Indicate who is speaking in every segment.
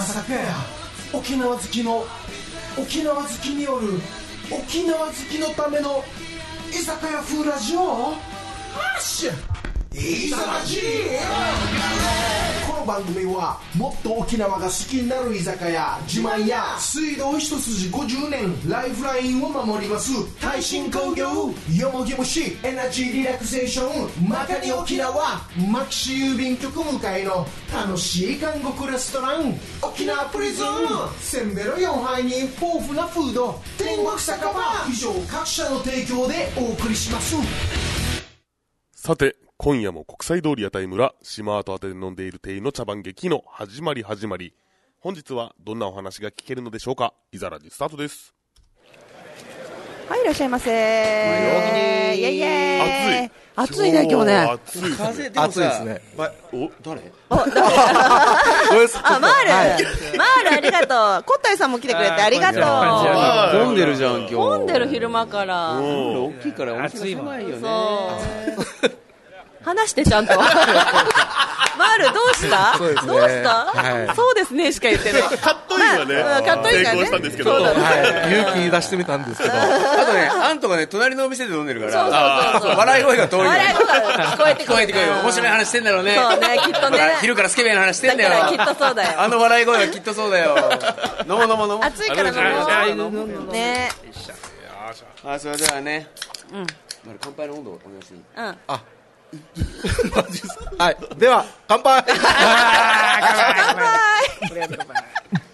Speaker 1: さかや沖縄好きの沖縄好きによる沖縄好きのための居酒屋風ラジオハッシュいざラジこの番組はもっと沖縄が好きになる居酒屋自慢や水道一筋50年ライフラインを守ります耐震工業よもぎ虫エナジーリラクゼーションまかに沖縄マキシ郵便局向かいの楽しい韓国レストラン沖縄プリズンせんべろ4杯に豊富なフード天国酒場以上各社の提供でお送りします。
Speaker 2: さて今夜も国際通り屋台村島跡宛てで飲んでいる店員の茶番劇の始まり。本日はどんなお話が聞けるのでしょうか。いざらじスタートです。
Speaker 3: はい、いらっしゃいませ。イエイイエーイ。暑いね今日ね。
Speaker 2: 暑いですね。
Speaker 4: 風でもさ、
Speaker 5: ですね。
Speaker 4: お、誰？
Speaker 3: マールありがとう。コッタイさんも来てくれてありがとう。
Speaker 4: 混んでるじゃん今日。
Speaker 3: 混んでる昼間から。
Speaker 4: 大きいからお店狭いよね。
Speaker 3: 話してちゃんとマールどうした
Speaker 5: そうですね。
Speaker 3: どうした、はい、そうですねしか言ってない。
Speaker 2: カットインはね、成功したんですけど、
Speaker 3: ね、
Speaker 5: 勇気出してみたんですけど
Speaker 4: あとね、あんとかね、隣のお店で飲んでるからそう笑い声が遠いよ。
Speaker 3: 笑い声が聞こえてくる。
Speaker 4: 面白い話してんだろうね。
Speaker 3: そうね、きっとね。
Speaker 4: 昼からスケベな話してんだよ。
Speaker 3: だからきっとそうだよ。
Speaker 4: あの笑い声はきっとそうだよ。飲もう。
Speaker 3: 暑いから飲もうね。
Speaker 4: それではね、乾杯の温度をお願いしていい？
Speaker 5: はい、では乾杯。
Speaker 3: 乾杯。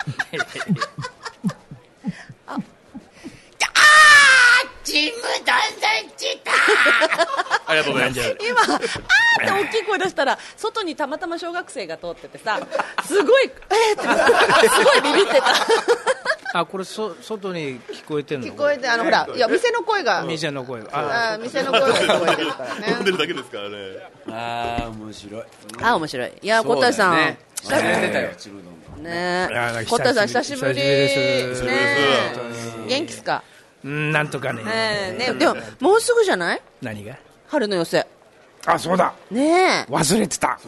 Speaker 3: チームどんどんちた。
Speaker 2: ありがとうございます。
Speaker 3: 今って大きい声出したら外にたまたま小学生が通っててさ、すごいってすごいビビってた。
Speaker 6: これ外に聞こえてんの？
Speaker 3: 聞こえてほら、いや店の声が
Speaker 6: 店の声
Speaker 3: が店の声が聞こえてるからね。
Speaker 2: 飲んでるだけですからね。
Speaker 4: 面白い。
Speaker 3: 面白い。いや、小田さん
Speaker 4: ね、久しぶり出たよちむどん
Speaker 3: ね。小田さん久しぶりですね。元気っすか？
Speaker 6: なんとかね。
Speaker 3: でももうすぐじゃない？
Speaker 6: 何が？
Speaker 3: 春の寄せ。
Speaker 6: そうだ
Speaker 3: ねえ、
Speaker 6: 忘れてた。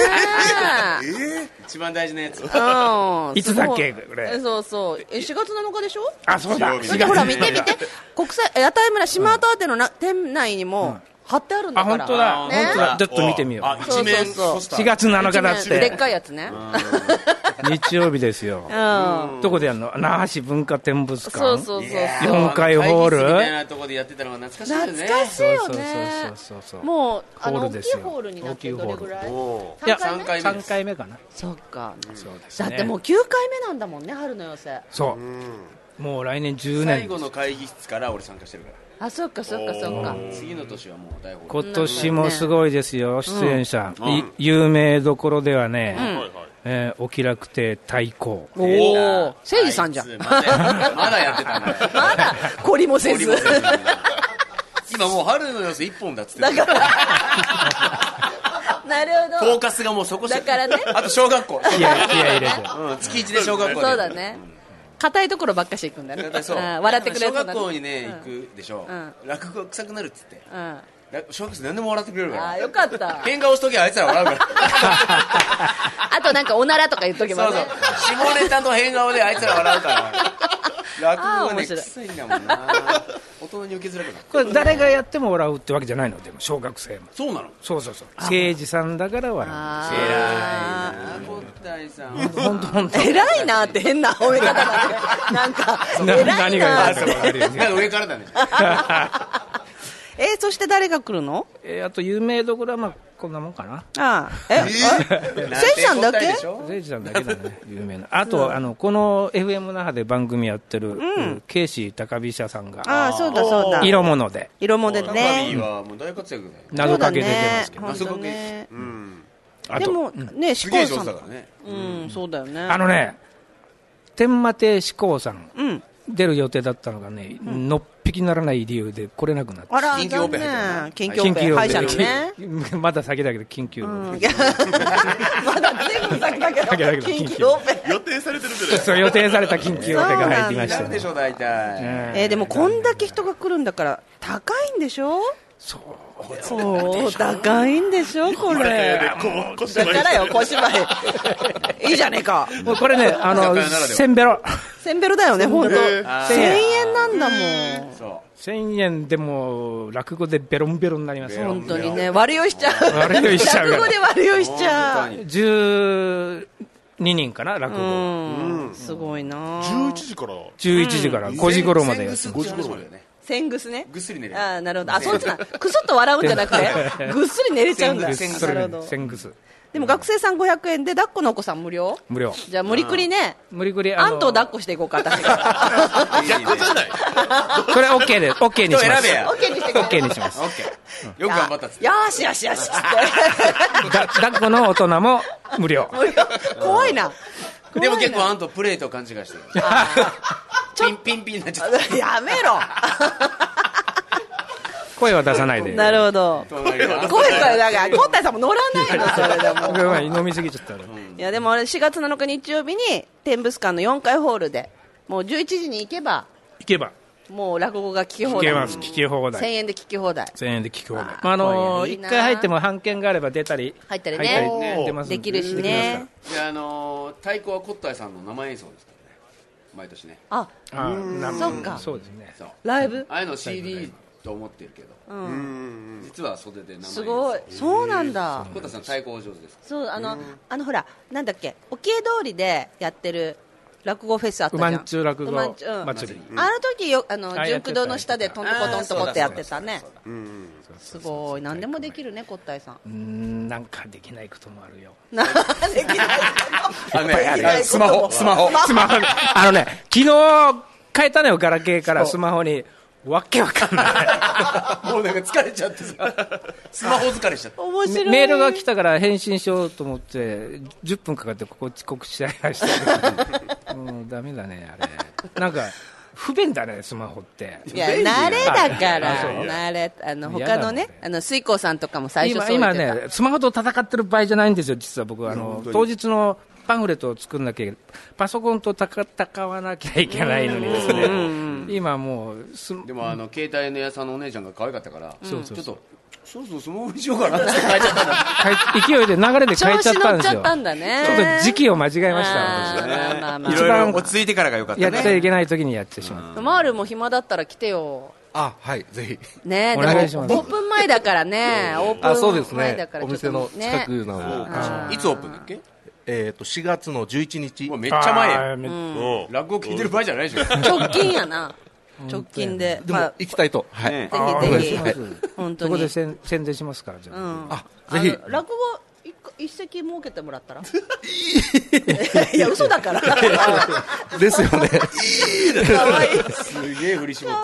Speaker 4: 一番大事なやつ。
Speaker 6: いつだっけこれ？
Speaker 3: そう4月7日でしょ。
Speaker 6: そうだ。
Speaker 3: ほら見て国際屋台村島跡宛ての店内にも貼ってあるんだから。
Speaker 6: 本当だ。ちょっと見てみよう。
Speaker 4: 一面4
Speaker 6: 月7日だって。
Speaker 3: でっかいやつね。
Speaker 6: 日曜日ですよ。どこでやるの？那覇市文化展物館。
Speaker 3: そう
Speaker 6: 4階ホール。
Speaker 4: みたいなとこでやってたのが懐かしいよね。
Speaker 3: 懐かしいよね。
Speaker 6: そう
Speaker 3: もう大きいホールになってどれぐらい
Speaker 6: ？3回目かな。
Speaker 3: そっか。だってもう9回目なんだもんね、春の寄せ。
Speaker 6: そう。もう来年10年。
Speaker 4: 最後の会議室から俺参加してるから。
Speaker 3: そっか。
Speaker 4: 次の年はもう大ホール。
Speaker 6: 今年もすごいですよ、出演者。有名どころではね、お気楽亭太閤。
Speaker 3: 誠司さんじゃん。
Speaker 4: まだやってたね。
Speaker 3: まだ懲りもせず。
Speaker 4: 今もう春の寄せ1本だっつって。
Speaker 3: なるほど。
Speaker 4: フォーカスがもうそこしか。
Speaker 3: だからね。
Speaker 4: あと小学校。
Speaker 6: 気合入れて。
Speaker 4: 月1で小学校。
Speaker 3: そうだね。硬いところばっかし行くんだね。笑ってくれる。
Speaker 4: 小学校にね行くでしょ。落語が臭くなるっつって。小学生何でも笑ってくれるから。
Speaker 3: よかった。
Speaker 4: 変顔しときゃあいつら笑うから。
Speaker 3: あとなんかおならとか言っとけばね。
Speaker 4: 下ネタと変顔であいつら笑うから。落語がね臭いんだもんな。大人に受けづらくなる。
Speaker 6: これ誰がやっても笑うってわけじゃないの？でも小学生も。
Speaker 4: そうなの？
Speaker 6: そう。誠司さんだから笑う。
Speaker 4: 偉いな、コッタイさん。
Speaker 3: 本当。偉いなって変な褒め方だね。なんか偉いなって。
Speaker 4: 上からだね。
Speaker 3: そして誰が来るの？
Speaker 6: あと有名どころはこんなもんかな。
Speaker 3: 誠司さんだけ？
Speaker 6: 誠司さんだけだね、有名な。あとこの FM 那覇で番組やってるケイシー高飛車さんが、
Speaker 3: そうだ
Speaker 6: 色物で
Speaker 3: ね。
Speaker 4: 高飛はもう大活躍だよ。
Speaker 6: 謎かけ出てますけど。
Speaker 3: 謎かけ。でもね、志功さん。そうだよね。天満亭志功さん出る予定だったのがね、のっぴきならない理由で来れなくなって。
Speaker 4: 緊急オペ
Speaker 3: 緊急オペ歯医者のね。
Speaker 6: まだ先だけど緊急。
Speaker 3: まだ全部先だけど緊急オペ。
Speaker 2: 予定されてるじゃない。
Speaker 6: そう、予定された緊急オペが入りました。
Speaker 4: でしょ大体。
Speaker 3: でもこんだけ人が来るんだから高いんでしょ？
Speaker 6: そう
Speaker 7: お高いんでしょこれ。だからよ小芝居。いいじゃねえか。
Speaker 3: これねせんべろ。
Speaker 7: せんべろだよね本当。1000円なんだもん。
Speaker 3: 1000円でも落語でベロンベロンになりますよ。
Speaker 7: 本当にね悪酔いしちゃう。
Speaker 3: 悪酔いしちゃう。
Speaker 7: 落語で悪酔いしちゃう。
Speaker 3: 12人かな落語。
Speaker 7: すごいな。
Speaker 2: 11時から
Speaker 3: 5時頃までやって
Speaker 4: 5時頃までね。
Speaker 7: 千ぐすね。
Speaker 4: ぐっすり寝れる。
Speaker 7: ああなるほど。あそうなくそっと笑うんじゃなくてぐっすり寝れちゃうんだ。なるほど。
Speaker 3: 千ぐす。
Speaker 7: でも学生さん500円で抱っこのお子さん無料。
Speaker 3: 無料。
Speaker 7: じゃあ無理くりね。
Speaker 3: 無理くり
Speaker 7: あんと抱っこしていこうか私が。
Speaker 2: 逆じゃない。
Speaker 3: それ OK で OK にします。
Speaker 7: OK にして
Speaker 3: OK にします。
Speaker 4: よく頑張ったっつって。
Speaker 7: よしよしよしって。
Speaker 3: 抱っこの大人も無料。
Speaker 7: 怖いな。
Speaker 4: でも結構あんとプレート勘違いしてる。ピンになっちゃった。
Speaker 7: やめろ。
Speaker 3: 声は出さないで。
Speaker 7: なるほど。声だからコッタイさんも乗らないのそれでも。
Speaker 3: 僕は飲みすぎちゃった。い
Speaker 7: やでも俺4月7日日曜日に天物館の4階ホールでもう11時に行けばもう落語が聞き放題。
Speaker 3: 聞き放題。
Speaker 7: 1000円で聞き放題。
Speaker 3: 1000円で聞き放題。1回入っても半券があれば出たり
Speaker 7: 入ったりねできるしね。
Speaker 4: で太鼓はコッタイさんの生演奏ですからね毎年ね。
Speaker 7: あそっか。
Speaker 3: そうですね。
Speaker 7: ライブ
Speaker 4: ああいうの CD と思ってるけど実は袖で生演奏。
Speaker 7: すごいそうなんだ。
Speaker 4: コッタイさん太鼓お上手です。
Speaker 7: そうほらなんだっけ沖江通りでやってる落語フェスあったじゃん。
Speaker 3: うまんちゅう落語祭り。
Speaker 7: あの時よ純駆動の下でトントコトントコってやってたね。すごい何でもできるねコッタイさん。
Speaker 3: なんかできないこともあるよ。
Speaker 7: できない
Speaker 3: スマホね昨日変えたのよガラケーからスマホに。わけわかんない
Speaker 4: もうなんか疲れちゃってさスマホ疲れしちゃった
Speaker 7: 面白い。
Speaker 3: メールが来たから返信しようと思って10分かかってここ遅刻しちゃいましたもうダメだねあれなんか不便だねスマホって。
Speaker 7: いや慣れだから慣れ他のね水耕さんとかも最初そう言ってた。
Speaker 3: 今ねスマホと戦ってる場合じゃないんですよ実は僕当日のパンフレットを作んなきゃパソコンと戦わなきゃいけないのにですね今もう
Speaker 4: でも携帯の屋さんのお姉ちゃんが可愛かったからちょっとそろそろスマホにしようかなって変えちゃったんだ
Speaker 3: 勢いで流れで変えちゃったんですよ。
Speaker 7: 調子乗っちゃったんだね。
Speaker 3: ちょっと時期を間違えました
Speaker 4: いろいろ落ち着いてからがよかったね。
Speaker 3: やっちゃいけない時にやってしまった。
Speaker 7: マールも暇だったら来てよ。
Speaker 5: はいぜひ
Speaker 7: ね。でもオープン前だからね。オープン
Speaker 5: そうです
Speaker 7: 前だから
Speaker 5: ねお店の近くなの
Speaker 4: で。いつオープンだっけ
Speaker 5: ？4月の11日。
Speaker 4: めっちゃ前や。落語聞いてる場合じゃないでしょ。
Speaker 7: 直近やな。直近で。
Speaker 5: でも行きたいと。はい。
Speaker 7: ぜひぜひ。本当に。
Speaker 3: ここで宣伝しますからじゃあ。
Speaker 5: ぜひ。
Speaker 7: 落語一席設けてもらったら。いや嘘だから。
Speaker 5: ですよね。
Speaker 7: 可愛い。
Speaker 4: すげえ振り絞った。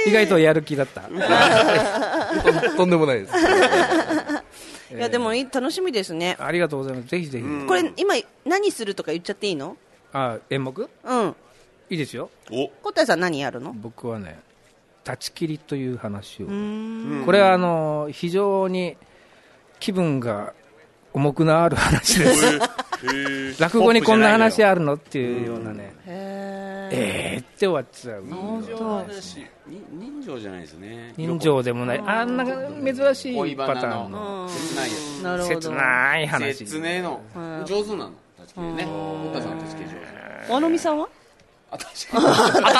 Speaker 3: 意外とやる気だった。
Speaker 5: とんでもないです。
Speaker 7: いやでも楽しみですね。
Speaker 3: ありがとうございます。ぜひぜひ。
Speaker 7: これ今何するとか言っちゃっていいの？
Speaker 3: 演目？いいですよ。
Speaker 7: 小田さん何やるの？
Speaker 3: 僕はね立ち切りという話を。これは非常に気分が重くなる話です。落語にこんな話あるのっていうようなね。って終わっちゃう。
Speaker 4: 人情じゃないですね。
Speaker 3: 人情でもない。あんな珍しいパターンの
Speaker 4: 切ないやつ。
Speaker 7: なるほど。
Speaker 3: 切ない話。
Speaker 4: 切ねの上手なの。立ち切りね。小田さん立ち切り上手。
Speaker 7: 和野美さんは？
Speaker 4: あたすかい？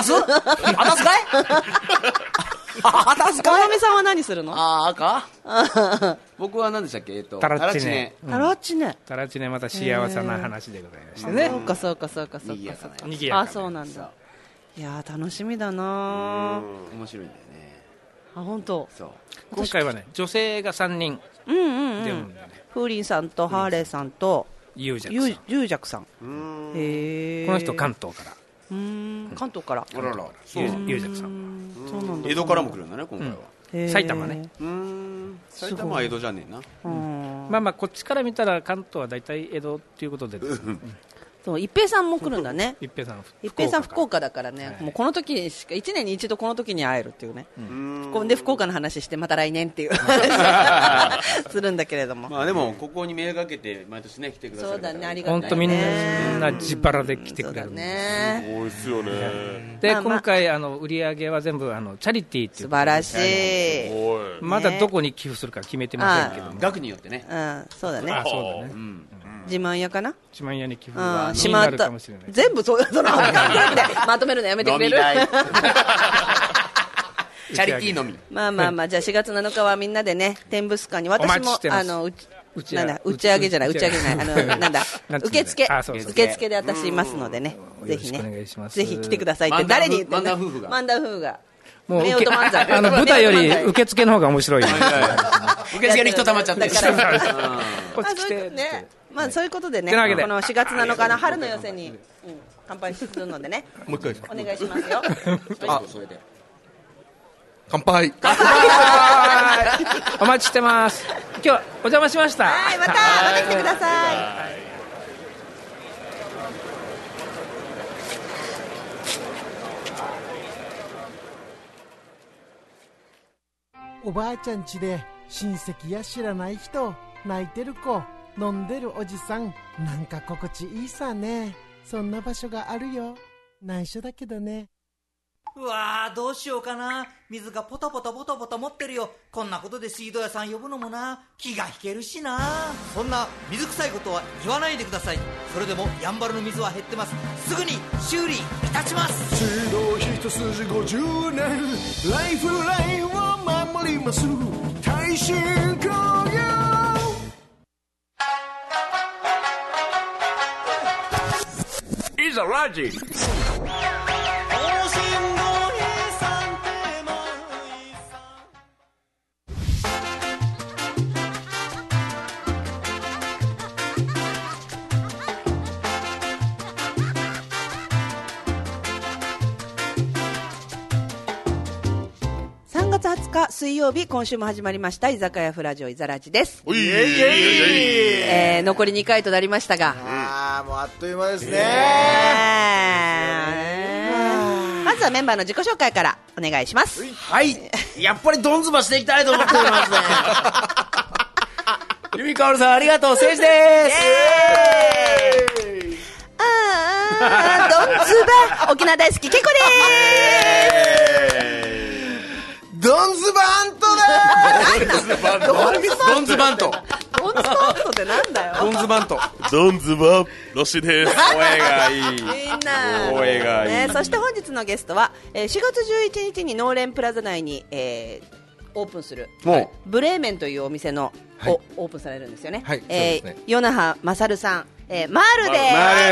Speaker 4: あたすかい？
Speaker 7: 和野美さんは何するの？
Speaker 4: 僕は何でしたっけ？
Speaker 3: タラチネ。
Speaker 7: タラチネ
Speaker 3: また幸せな話でございましてね。
Speaker 7: そうか。
Speaker 3: にぎやか。
Speaker 7: そうなんだ。いや楽しみだな。
Speaker 4: 面白いんだよね。
Speaker 7: 本当。
Speaker 3: 今回はね女性が3人。
Speaker 7: 風鈴さんとハーレーさんと
Speaker 3: ユージ
Speaker 7: ャクさん。こ
Speaker 3: の人関東から。
Speaker 7: 関東から。
Speaker 4: あらら。
Speaker 3: ユージャクさん。
Speaker 7: そうなんだ。
Speaker 4: 江戸からも来るんだね今回は。
Speaker 3: 埼玉ね。
Speaker 4: 埼玉は江戸じゃねえな。
Speaker 3: まあこっちから見たら関東は大体江戸っていうことで。
Speaker 7: そう、一平さんも来るんだね。
Speaker 3: 一平さん
Speaker 7: 福岡だからね、もうこの時にしか、1年に一度この時に会えるっていうね。で、福岡の話して、また来年っていう話するんだけれども。
Speaker 4: まあでも、ここに目がけて、毎年ね、来てくださる。
Speaker 7: そうだね、ありがたいね。
Speaker 3: 本当みんな自腹で来てくれるん
Speaker 7: です。
Speaker 2: すごいですよね。
Speaker 3: で、今回、売り上げは全部、チャリティーっていう。
Speaker 7: 素晴らしい。
Speaker 3: まだどこに寄付するか決めてませんけど。
Speaker 4: 額によってね。
Speaker 7: そうだね。
Speaker 3: そうだね。
Speaker 7: 自慢屋かな、
Speaker 3: 自慢屋に寄付はになるかもしれない。
Speaker 7: 全部そのまとめるのやめてくれる。
Speaker 4: チャリティーのみ。
Speaker 7: まあじゃあ4月7日はみんなでね、天物館に、私も打ち上げじゃない、なんだ、受付で私いますのでね、ぜひね、ぜひ来てくださいって誰に言ってんだ。漫談夫婦が
Speaker 3: もう舞台より受付の方が面白い。
Speaker 4: 受付に人溜まっちゃってる。
Speaker 3: こっち来て
Speaker 7: ね。まあそういうことでね、この4月7日の春の寄せに乾杯するのでね、
Speaker 5: もう一回ですか。
Speaker 7: お願いしますよ。
Speaker 5: 乾杯。
Speaker 3: お待ちしてます。今日お邪魔しました。
Speaker 7: はい、また来てください。
Speaker 8: おばあちゃん家で親戚や知らない人、泣いてる子、飲んでるおじさん、なんか心地いいさね。そんな場所があるよ。内緒だけどね。
Speaker 9: うわー、どうしようかな。水がポタポタポタポタ持ってるよ。こんなことで水道屋さん呼ぶのもな、気が引けるしな。そんな水臭いことは言わないでください。それでもやんばるの水は減ってます。すぐに修理いたします。
Speaker 1: 水道一筋50年、ライフラインを守ります。耐震工業。
Speaker 10: いざラジ。
Speaker 7: 3月20日水曜日、今週も始まりました居酒屋フラジオイザラジです。残り2回となりましたが、
Speaker 1: もうあっという間ですね。
Speaker 7: まずはメンバーの自己紹介からお願いします。
Speaker 4: はい、やっぱりドンズバしていきたいと思っておりますね。ユミカオルさんありがとう。誠司です。
Speaker 7: ドンズバ沖縄大好きケコです。
Speaker 1: ドンズバントだ。
Speaker 4: ドンズバント。
Speaker 7: ドンズバントってなんだよ。
Speaker 4: ドンズバント。
Speaker 2: ドンズバロシです。
Speaker 4: 声がいい。
Speaker 7: みんな。
Speaker 4: 声がいい。
Speaker 7: そして本日のゲストは4月11日にノーレンプラザ内にオープンするブレーメンというお店のオープンされるんですよね。
Speaker 5: はい、そうですね。
Speaker 7: 与那覇勝さん、マールで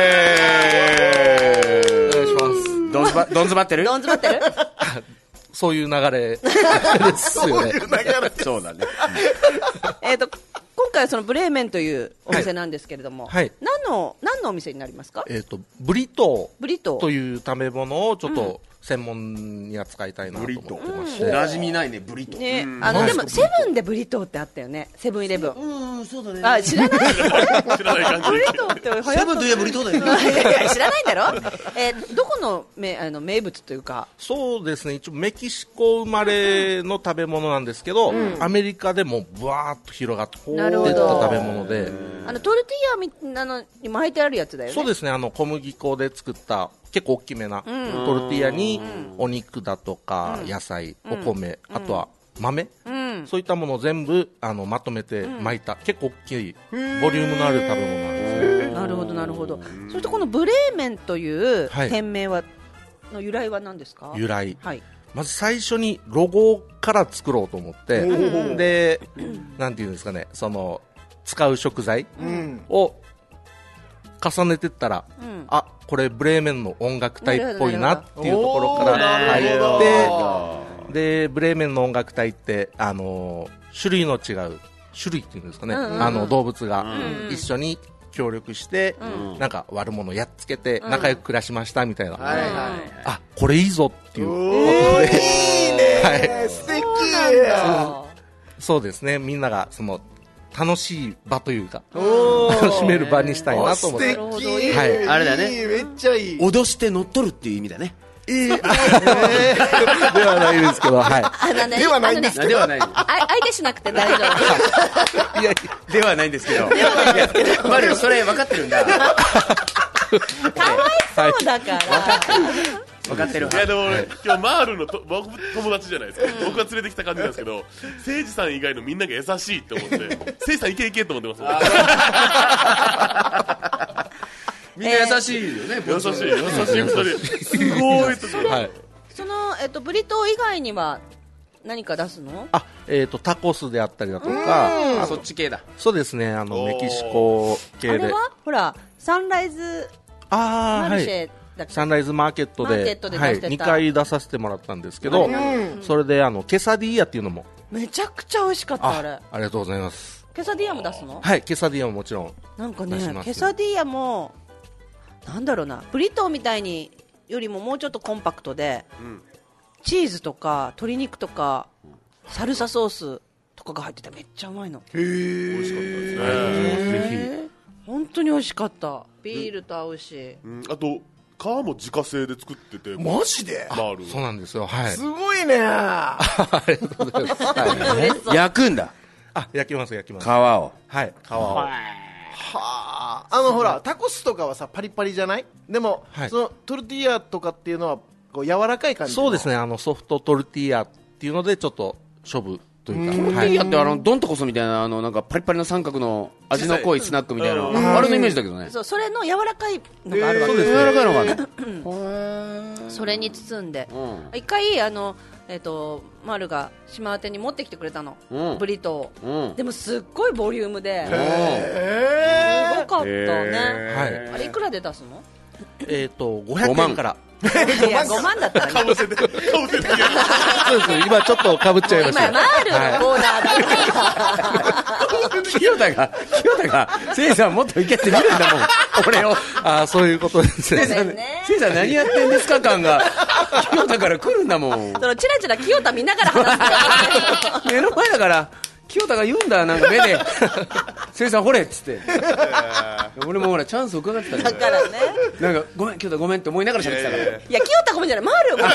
Speaker 5: お願いします。
Speaker 4: ドンズバってる？
Speaker 7: ドンズバってる？
Speaker 5: そういう流れですよね。
Speaker 4: そうだね。
Speaker 7: 今回はそのブレーメンというお店なんですけれども、
Speaker 5: はい、
Speaker 7: 何のお店になりますか？
Speaker 5: ブリトーという食べ物をちょっと専門に扱いたいなと思ってまして、
Speaker 4: 馴染みないね、ブリトー
Speaker 7: ね。でもセブンでブリトーってあったよね。セブンイレブン。
Speaker 4: そうだね。
Speaker 7: あ、知らない？
Speaker 2: 知らない感じ。
Speaker 7: ブリトーって流行った。
Speaker 4: セブンといえばブリトーだよ。
Speaker 7: いや知らないんだろ？どこの名物というか。
Speaker 5: そうですね。一応メキシコ生まれの食べ物なんですけど、アメリカでもブワーッと広がって出た食べ物で、
Speaker 7: トルティーヤに巻いてあるやつだよね。
Speaker 5: そうですね。小麦粉で作った結構大きめなトルティーヤにお肉だとか野菜、お米、あとは豆、そういったものを全部まとめて巻いた、結構大きいボリュームのある食べ物なんですね。
Speaker 7: なるほどなるほど。そしてこのブレーメンという店名の由来は何ですか？
Speaker 5: 由来、
Speaker 7: はい、
Speaker 5: まず最初にロゴから作ろうと思って、で、なんていうんですかね、その使う食材を重ねてったら、あ、これブレーメンの音楽隊っぽいなっていうところから入って、でブレーメンの音楽隊って種類っていうんですかね、動物が一緒に協力して、なんか悪者やっつけて仲良く暮らしましたみたいな、あ、これいいぞっていうことで、
Speaker 1: いいね、素敵。
Speaker 5: そうですね、みんながその楽しい場というか楽しめる場にしたいなと思って。
Speaker 4: はい、あれだね、
Speaker 1: めっちゃいい。
Speaker 4: 脅して乗っ取るっていう意味だね。
Speaker 5: ではないですけど、はい。
Speaker 1: ではないんですけど、
Speaker 7: 相手しなくて大丈夫。
Speaker 4: いや、ではないんですけど。マルそれ分かってるんだ。
Speaker 7: かわいそうだから。
Speaker 4: 分かってる。
Speaker 2: いやでも俺今日マールの僕友達じゃないですか。僕が連れてきた感じなんですけど、誠司さん以外のみんなが優しいって思って、誠司さんいけいけと思ってます。
Speaker 4: みんな優しいよね。
Speaker 2: 優しい2人。すごい。
Speaker 7: そのブリトー以外には何か出すの？
Speaker 5: タコスであったりだとか、
Speaker 4: そっち系だ。
Speaker 5: そうですね、メキシコ系で。
Speaker 7: あれはほらサンライズマルシェだっけ？
Speaker 5: サンライズマーケットで2回出させてもらったんですけど、それでケサディーヤっていうのも
Speaker 7: めちゃくちゃ美味しかった。あれ
Speaker 5: ありがとうございます。
Speaker 7: ケサディーヤも出すの？
Speaker 5: はい、ケサディーヤももちろん。
Speaker 7: なんかね、ケサディーヤもなんだろうな、ブリトーみたいによりももうちょっとコンパクトで、チーズとか鶏肉とかサルサソースとかが入っててめっちゃうまいの。
Speaker 2: 美味しかったですね。
Speaker 7: ぜひ。本当に美味しかった。ビールと合うし、
Speaker 2: あと皮も自家製で作ってて。
Speaker 1: マジで？
Speaker 5: そうなんですよ。はい。
Speaker 1: すごいね。
Speaker 5: ありがとうございます。
Speaker 4: 焼くんだ。
Speaker 5: 焼きます。皮
Speaker 4: を。
Speaker 5: はい、皮を。
Speaker 1: ほらタコスとかはさパリパリじゃない？でも、そのトルティーヤとかっていうのはこう柔らかい感じ。
Speaker 5: そうですね、ソフトトルティーヤっていうのでちょっと勝負というか。
Speaker 4: トルティーヤってドンタコスみたいななんかパリパリの三角の味の濃いスナックみたいな、あれのイメージだけどね。
Speaker 7: それの柔らかいのがあるわけ
Speaker 4: です。柔らかいのがある。
Speaker 7: それに包んで一回マルが島宛に持ってきてくれたの、ブリトー。でもすっごいボリュームで、すごかったね。あれいくらで出すの
Speaker 5: ？500円から。
Speaker 7: いや5万だったらね。
Speaker 5: そうです、今ちょっとかぶっちゃいました。
Speaker 7: 今マールのコーナーで
Speaker 4: 清田がせいさんもっといけって見るんだもん俺を。
Speaker 5: そういうことですね。
Speaker 4: せいさん何やってんですか感が清田から来るんだもん。
Speaker 7: そのチラチラ清田見ながら話
Speaker 4: す目の前だから清田が言うんだ、なんか目でせいさんほれっつって俺もほらチャンスを伺ってたんだ
Speaker 7: からね。
Speaker 4: なんかごめん清田ごめんって思いながら喋ってたから。い
Speaker 7: や清田ごめんじゃない、マールごめん。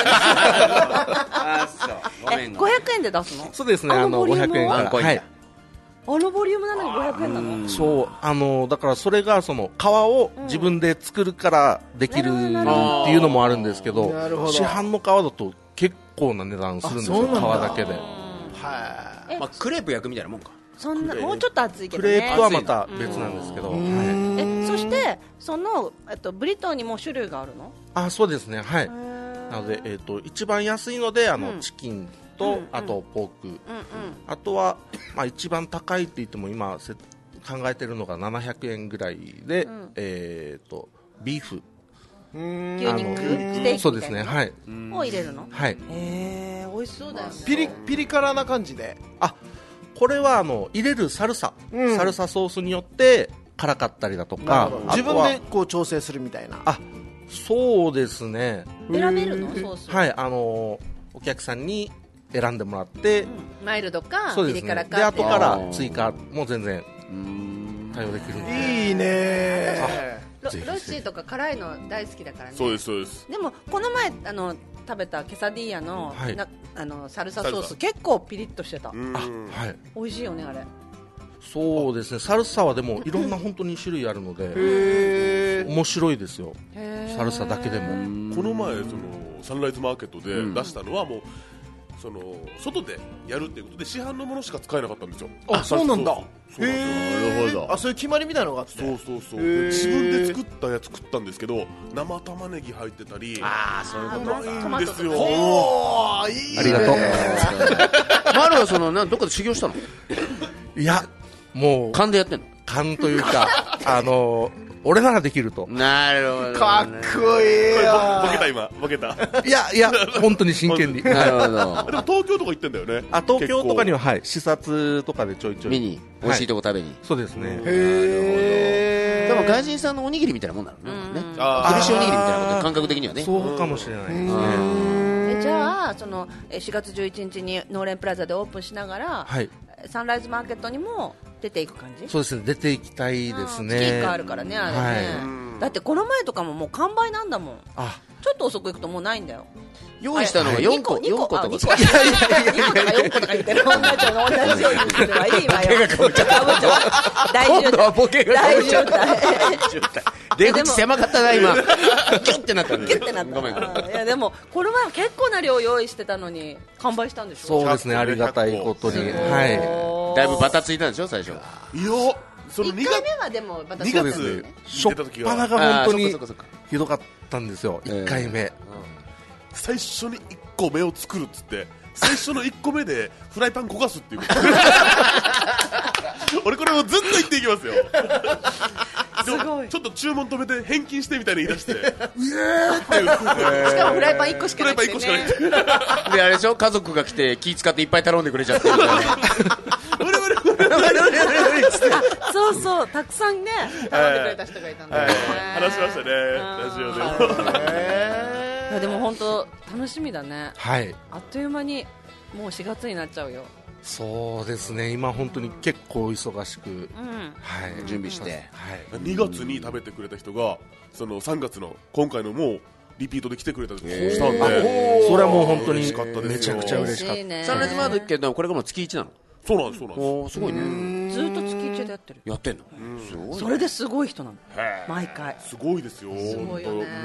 Speaker 4: そうごめん
Speaker 7: 500円で出すの？
Speaker 5: そうですね、500円から。はい。
Speaker 7: ボリュームなのに500円なの？
Speaker 5: そうだからそれがその皮を自分で作るからできるっていうのもあるんですけど、市販の皮だと結構な値段するんですよ、皮だけで。
Speaker 4: クレープ焼くみたいなもんか。
Speaker 7: そんなもうちょっと熱いけどね。
Speaker 5: クレープはまた別なんですけど。
Speaker 7: そしてそのブリトーにも種類があるの？
Speaker 5: そうですね、はい。なので一番安いのでチキンとあとポーク、あとは一番高いって言っても今考えてるのが700円ぐらいでビーフ、
Speaker 7: 牛肉ステーキ
Speaker 5: そうですね、はい、
Speaker 7: を入れるの？
Speaker 5: はい。
Speaker 7: 美味しそうだよね。
Speaker 1: ピリ辛な感じで。
Speaker 5: これは入れるサルサソースによって辛かったりだとか、
Speaker 1: 自分でこう調整するみたいな。
Speaker 5: そうですね。
Speaker 7: 選べるの？ソース。
Speaker 5: はい、お客さんに選んでもらって、
Speaker 7: マイルドか
Speaker 5: ピリ辛かで後から追加も全然対応できるので。
Speaker 1: いいね。
Speaker 7: ロッシーとか辛いの大好きだからね。
Speaker 2: そうです
Speaker 7: でもこの前食べたケサディーヤのサルサソース結構ピリッとしてた。美味しいよねあれ。
Speaker 5: そうですね、サルサはでもいろんな本当に種類あるので面白いですよ、サルサだけでも。
Speaker 2: この前サンライズマーケットで出したのはもう外でやるっていうことで市販のものしか使えなかったんですよ。
Speaker 1: そうなんだ。
Speaker 4: なるほど。
Speaker 1: そういう決まりみたいなのがあって。
Speaker 2: そう自分で作ったやつ食ったんですけど、生玉ねぎ入ってたり、
Speaker 4: そういうこと
Speaker 2: なんですよ。
Speaker 5: ありがとう。
Speaker 4: マルはどっかで修行したの？
Speaker 5: いや、もう
Speaker 4: 勘でやってんの？
Speaker 5: 勘というか俺ならできると。
Speaker 4: なるほど、ね、
Speaker 1: かっこいいよ。
Speaker 2: ボケた
Speaker 5: いや本当に真剣に。
Speaker 4: なるほど。
Speaker 2: でも東京とか行ってんだよね。
Speaker 5: 東京とかには視察とかでちょいちょい
Speaker 4: 見に美味しいとこ食べに。
Speaker 5: そうですね。
Speaker 4: でも外人さんのおにぎりみたいなもんなのね。ヘルシーおにぎりみたいなこと感覚的にはね。
Speaker 5: そうかもしれないですね。
Speaker 7: じゃあ4月11日にノーレンプラザでオープンしながら、サンライズマーケットにも出ていく感じ？
Speaker 5: そうですね、出ていきたいですね。
Speaker 7: 月1回あるからね、あれね、はい、だってこの前とかももう完売なんだもん。ちょっと遅く行くともうないんだよ。
Speaker 4: 用意したのが4個とか。
Speaker 7: 2個とか4個とか言ってる。同じようにすればいいわよ。
Speaker 4: 今度はボケが大渋滞。出口狭かったな今。ギュッてなった。
Speaker 7: ギュッてなった。ごめん。いやでもこの前は結構な量用意してたのに完売したんでしょ。
Speaker 5: そうですね、ありがたいことに。はい。
Speaker 4: だいぶバタついたんでしょ最初。いや、
Speaker 7: その1回目はでもバタついたんですよね。
Speaker 5: 初っ端が本当にひどかったんですよ。1回目。
Speaker 2: 最初に1個目を作るっつって最初の1個目でフライパン焦がすっていう俺これもずっと言っていきますよ。すごい。ちょっと注文止めて返金してみたいに言い出してうえーっていう、
Speaker 7: しかもフライパン1個しかなくてね。
Speaker 4: であれでしょ、家族が来て気使っていっぱい頼んでくれちゃってみたいな
Speaker 7: そうそう、たくさんね頼んでくれた人がいたんだよね。
Speaker 2: 話しましたね、ラジオで。
Speaker 7: でも本当楽しみだね。
Speaker 5: はい。
Speaker 7: あっという間にもう4月になっちゃうよ。
Speaker 5: そうですね、今本当に結構忙しく、
Speaker 4: はい、準備して、
Speaker 2: はい、2月に食べてくれた人がその3月の今回のもうリピートで来てくれたりしたんで、
Speaker 5: それはもう本当に
Speaker 2: めちゃくちゃ嬉しかった。
Speaker 4: サンライズマーケットこれがもう月1なの？
Speaker 2: そうなんです、そうなんです。
Speaker 4: すごいね。
Speaker 7: ずっと月1でやってる。
Speaker 4: やってんの？
Speaker 7: すごいね。それですごい人なの。毎回。
Speaker 2: すごいですよ。
Speaker 7: すごいよね。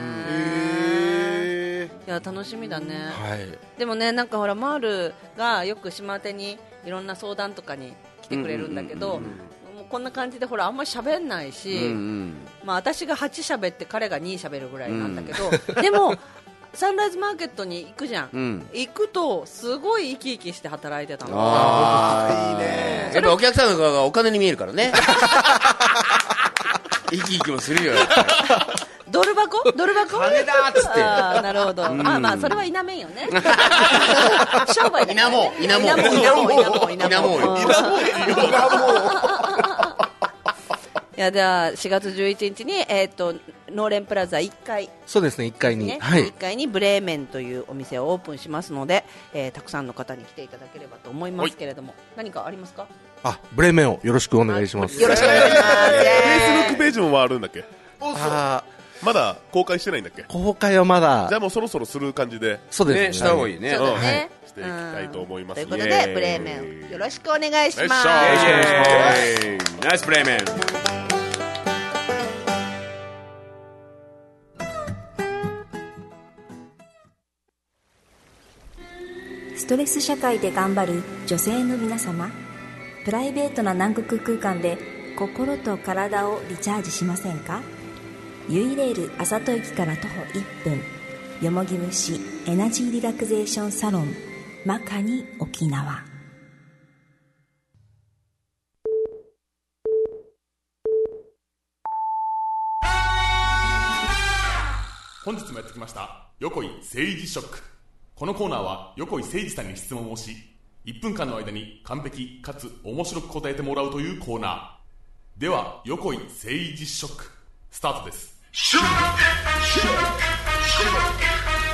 Speaker 7: いや楽しみだね。
Speaker 5: はい。
Speaker 7: でもね、なんかほらマールがよく島手にいろんな相談とかに来てくれるんだけど、もうこんな感じでほらあんまり喋んないし、まあ私が8喋って彼が2喋るぐらいなんだけど、でも。サンライズマーケットに行くじゃん、行くとすごい生き生きして働いてたの。
Speaker 4: いいね。やっぱお客さんの顔がお金に見えるからね。生き生きもするよ。
Speaker 7: ドル箱
Speaker 4: 金だっつって。
Speaker 7: なるほど。まあそれは否めんよね。商売だ。
Speaker 4: 否もう。
Speaker 7: いやでは4月11日にノーレンプラザ1階、
Speaker 5: そうですね、1階に、
Speaker 7: ね、はい、1階にブレーメンというお店をオープンしますので、たくさんの方に来ていただければと思いますけれども、何かありますか？
Speaker 5: ブレーメンをよろしくお願いします。
Speaker 7: よろしくお願いします。
Speaker 2: Facebook ページもあるんだっけ？まだ公開してないんだっけ？
Speaker 5: 公開はまだ。
Speaker 2: じゃあもうそろそろする感じで、
Speaker 5: そうですね、
Speaker 4: した方がいいね。
Speaker 7: そうだね。
Speaker 2: していきたいと思います。
Speaker 7: ということでブレーメンよろしくお願いします。
Speaker 4: ナイスブレーメン。
Speaker 11: ストレス社会で頑張る女性の皆様、プライベートな南国空間で心と体をリチャージしませんか？ユイレールあさと駅から徒歩1分、よもぎ虫エナジーリラクゼーションサロンマカニ沖縄。
Speaker 2: 本日もやってきました横井政治ショック。このコーナーは横井誠二さんに質問をし、1分間の間に完璧かつ面白く答えてもらうというコーナーでは、横井誠二ショックスタートです。ショックショックショック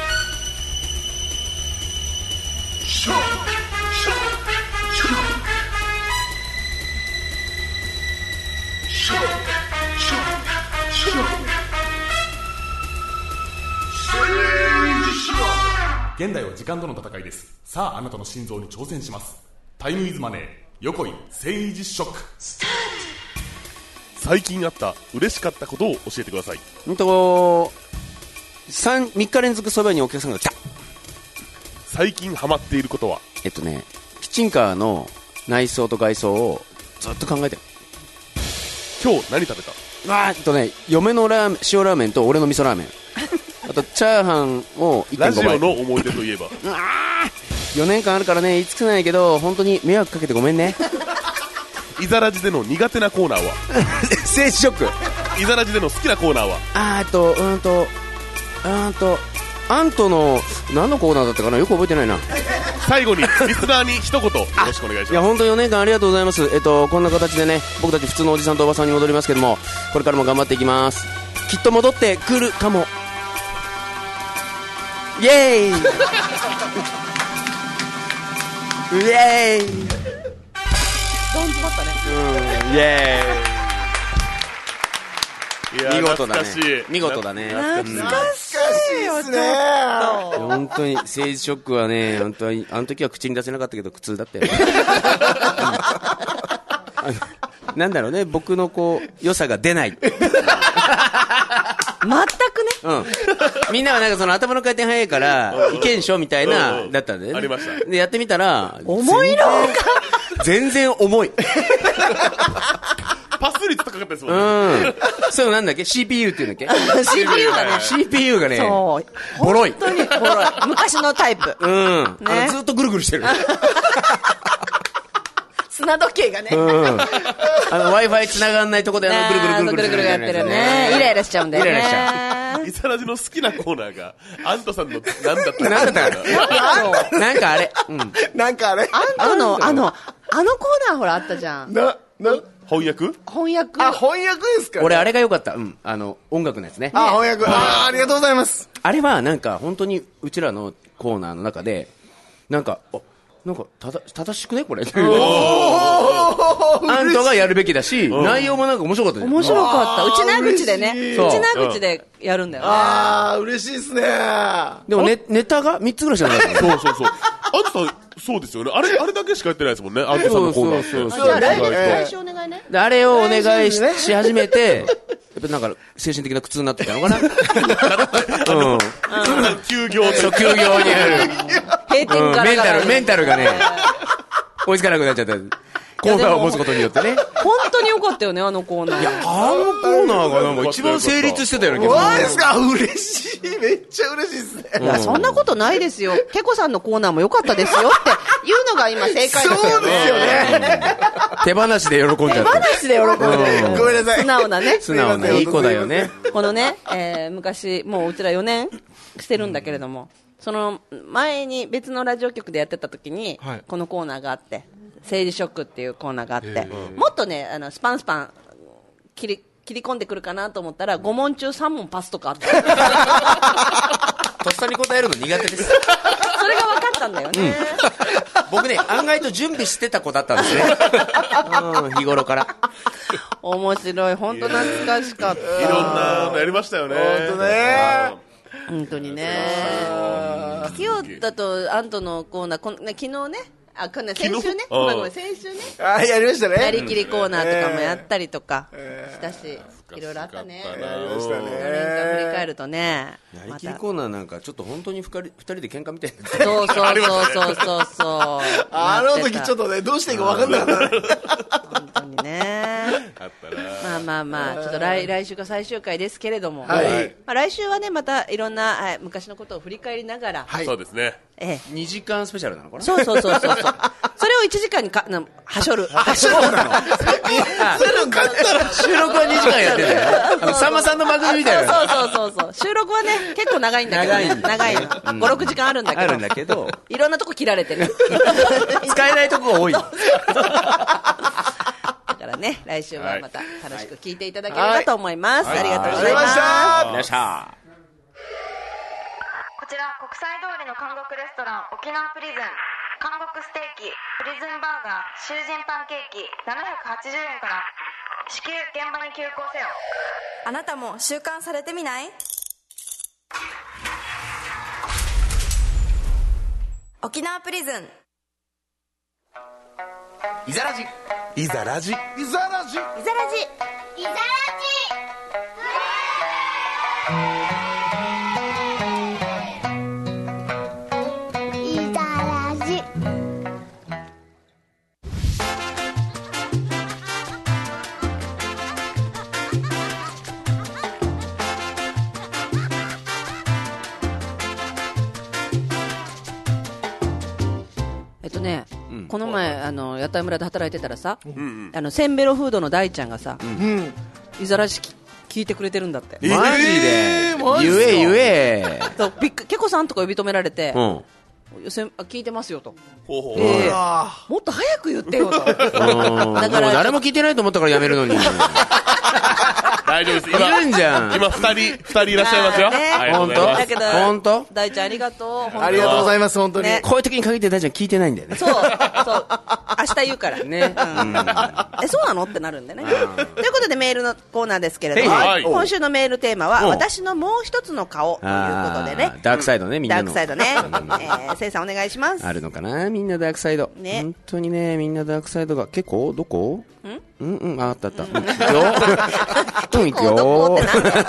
Speaker 2: ショックショックショックショックショック現代は時間との戦いです。さああなたの心臓に挑戦します。タイムイズマネー、横井誠二ショック。最近あった嬉しかったことを教えてください。
Speaker 4: 3日連続そばにお客さんが来た。
Speaker 2: 最近ハマっていることは？
Speaker 4: キッチンカーの内装と外装をずっと考えてる。
Speaker 2: 今日何食べた？
Speaker 4: 嫁の塩ラーメンと俺の味噌ラーメンあとチャーハンを 1.5 倍。
Speaker 2: ラジオの思い出といえば
Speaker 4: 4年間あるからね、言い尽くせないけど本当に迷惑かけてごめんね。
Speaker 2: イザラジでの苦手なコーナーは？
Speaker 4: 政治ショック。
Speaker 2: イザラジでの好きなコーナーは？
Speaker 4: アントの何のコーナーだったかな、よく覚えてないな。
Speaker 2: 最後にリスナーに一言よろしくお願いします。
Speaker 4: いや本当4年間ありがとうございます。こんな形でね、僕たち普通のおじさんとおばさんに戻りますけども、これからも頑張っていきます。きっと戻ってくるかも。イエーイイエーイ。
Speaker 7: ドンズだったね。
Speaker 4: イエーイ。見事だね。
Speaker 2: 見事だね。
Speaker 7: 懐かしいよね。
Speaker 4: 本当に政治ショックはね、本当にあの時は口に出せなかったけど苦痛だったよね。なんだろうね、僕のこう良さが出ない。
Speaker 7: 全くね。
Speaker 4: みんなはなんかその頭の回転早いからいけんしょみたいなだったんだよね。
Speaker 2: ありました。
Speaker 4: でやってみたら
Speaker 7: 重いのか。
Speaker 4: 全然重い。
Speaker 2: パス率高かったですもんね。
Speaker 4: そういうのなんだっけ CPU っていうんだっけ
Speaker 7: CPU がね
Speaker 4: CPU がね
Speaker 7: そう
Speaker 4: ボロい。
Speaker 7: 本当にボロい。昔のタイプ。ね、
Speaker 4: ずっとぐるぐるしてる。
Speaker 7: 砂時計がね。
Speaker 4: Wi-Fi 繋がんないとこでぐるぐるぐる
Speaker 7: やってるね。イライラしちゃうんだよね。イライラしちゃ
Speaker 2: う。イサラジの好きなコーナーがアントさんのなんだった
Speaker 4: なんかあれ。
Speaker 5: なんかあれ。
Speaker 7: アントのあのコーナーほらあったじゃん。
Speaker 2: 翻訳
Speaker 5: あ、翻訳ですか。
Speaker 4: 俺あれが良かった。音楽のやつね。
Speaker 5: あ、翻訳。ありがとうございます。
Speaker 4: あれはなんか本当にうちらのコーナーの中でなんか正しくねこれ。アントがやるべきだし、内容もなんか面白かったじゃん。
Speaker 7: 面白かった。うちな口でね。うちな口でやるんだよね。
Speaker 5: ああ、嬉しいですね。
Speaker 4: でもネタが3つぐらいしかなかった。
Speaker 2: そう。アントさん、そうですよね。あれだけしかやってないですもんね。アントさんのコーナーって。
Speaker 7: じゃあ来週お願いね。
Speaker 4: あれをお願いし始めて、やっぱなんか精神的な苦痛になってたのかな。
Speaker 2: 休業に
Speaker 4: ある。
Speaker 7: 閉店から
Speaker 4: メンタルがね、追いつかなくなっちゃった。コーナーを持つことによってね。
Speaker 7: 本当に良かったよね、あのコーナー。
Speaker 4: いや、あのコーナーがなんか一番成立してたよね。
Speaker 5: マジですか。嬉しい。めっちゃ嬉しいですね。
Speaker 7: いや、そんなことないですよ。ケコさんのコーナーも良かったですよっていうのが今正解ですよね。
Speaker 5: そうですよね。
Speaker 4: 手放しで喜んじゃった。
Speaker 7: 手放しで喜んで。
Speaker 5: ごめんなさい。
Speaker 7: 素直なね。
Speaker 4: 素直ないい子だよね。
Speaker 7: このね、昔、もううちら4年してるんだけれども、その前に別のラジオ局でやってた時に、このコーナーがあって、政治ショックっていうコーナーがあって、もっとね、スパン切り込んでくるかなと思ったら5問中3問パスとかあった。
Speaker 4: とっさに答えるの苦手です。
Speaker 7: それが分かったんだよね。
Speaker 4: 僕ね、案外と準備してた子だったんですね。日頃から。
Speaker 7: 面白い、本当懐かしかった。
Speaker 2: いろんなのやりましたよね。
Speaker 7: 本当にね。キヨだとアントのコーナー、昨日ね。先週ね、ごめん先週ね、
Speaker 5: やりましたね。
Speaker 7: なりきりコーナーとかもやったりとかしたし、いろいろあったね。
Speaker 5: やりましたね。
Speaker 7: 振り返るとね、
Speaker 4: なりきりコーナーなんかちょっと本当に2人で喧嘩みたいな。
Speaker 7: そう。
Speaker 5: あの時ちょっとね、どうしていいか分かんなかったね。
Speaker 7: 本当にね。まあちょっと来週が最終回ですけれども、来週はねまたいろんな昔のことを振り返りながら、
Speaker 2: そうですね。
Speaker 4: 2時間スペシャルなのかな。
Speaker 7: そう。それを1時間にはしょる。
Speaker 4: はしょるなの。収録は2時間やってるんだよ。さんまさんの番組みたいな。
Speaker 7: そう。収録はね結構長いんだけどね。長いの。5、6時間あるんだけど。いろんなとこ切られてる。
Speaker 4: 使えないとこが多い。
Speaker 7: だからね、来週はまた楽しく聞いていただければと思います。ありがとうございました。
Speaker 12: こちら国際通りの韓国レストラン沖縄プリズン、韓国ステーキ、プリズンバーガー、囚人パンケーキ780円から。至急現場に急行せよ。
Speaker 11: あなたも習慣されてみない？沖縄プリズン。
Speaker 1: いざらじ。
Speaker 7: この前屋台村で働いてたらさ、センベロフードの大ちゃんがさ、いざらし聞いてくれてるんだって。
Speaker 4: マジで言え
Speaker 7: ケコさんとか呼び止められて、聞いてますよと。もっと早く言ってよと。
Speaker 4: だから誰も聞いてないと思ったからやめるのに。
Speaker 2: 大丈夫です。
Speaker 4: いるんじゃん。
Speaker 2: 今2人いらっしゃいますよ。
Speaker 4: 本当？
Speaker 7: だけど、
Speaker 4: 本当？
Speaker 7: 大ちゃんありがとう。
Speaker 1: ありがとうございます、本当に。
Speaker 4: こういう時に限って大ちゃん聞いてないんだよね。
Speaker 7: そう。明日言うからね。そうなのってなるんでね。ということでメールのコーナーですけれども、今週のメールテーマは、私のもう一つの顔ということでね。
Speaker 4: ダークサイドね、みんなの。
Speaker 7: ダークサイドね。せいさんお願いします。
Speaker 4: あるのかな、みんなダークサイド。本当にね、みんなダークサイドが結構どこ？あったあった。行くよ。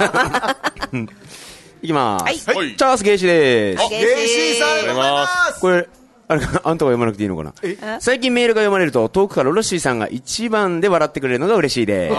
Speaker 4: いきます。チャースゲイシです。
Speaker 1: ゲイシーさんありがとうございます。
Speaker 4: これあんたが読まなくていいのかな。最近メールが読まれると遠くからロッシーさんが一番で笑ってくれるのが嬉しいです。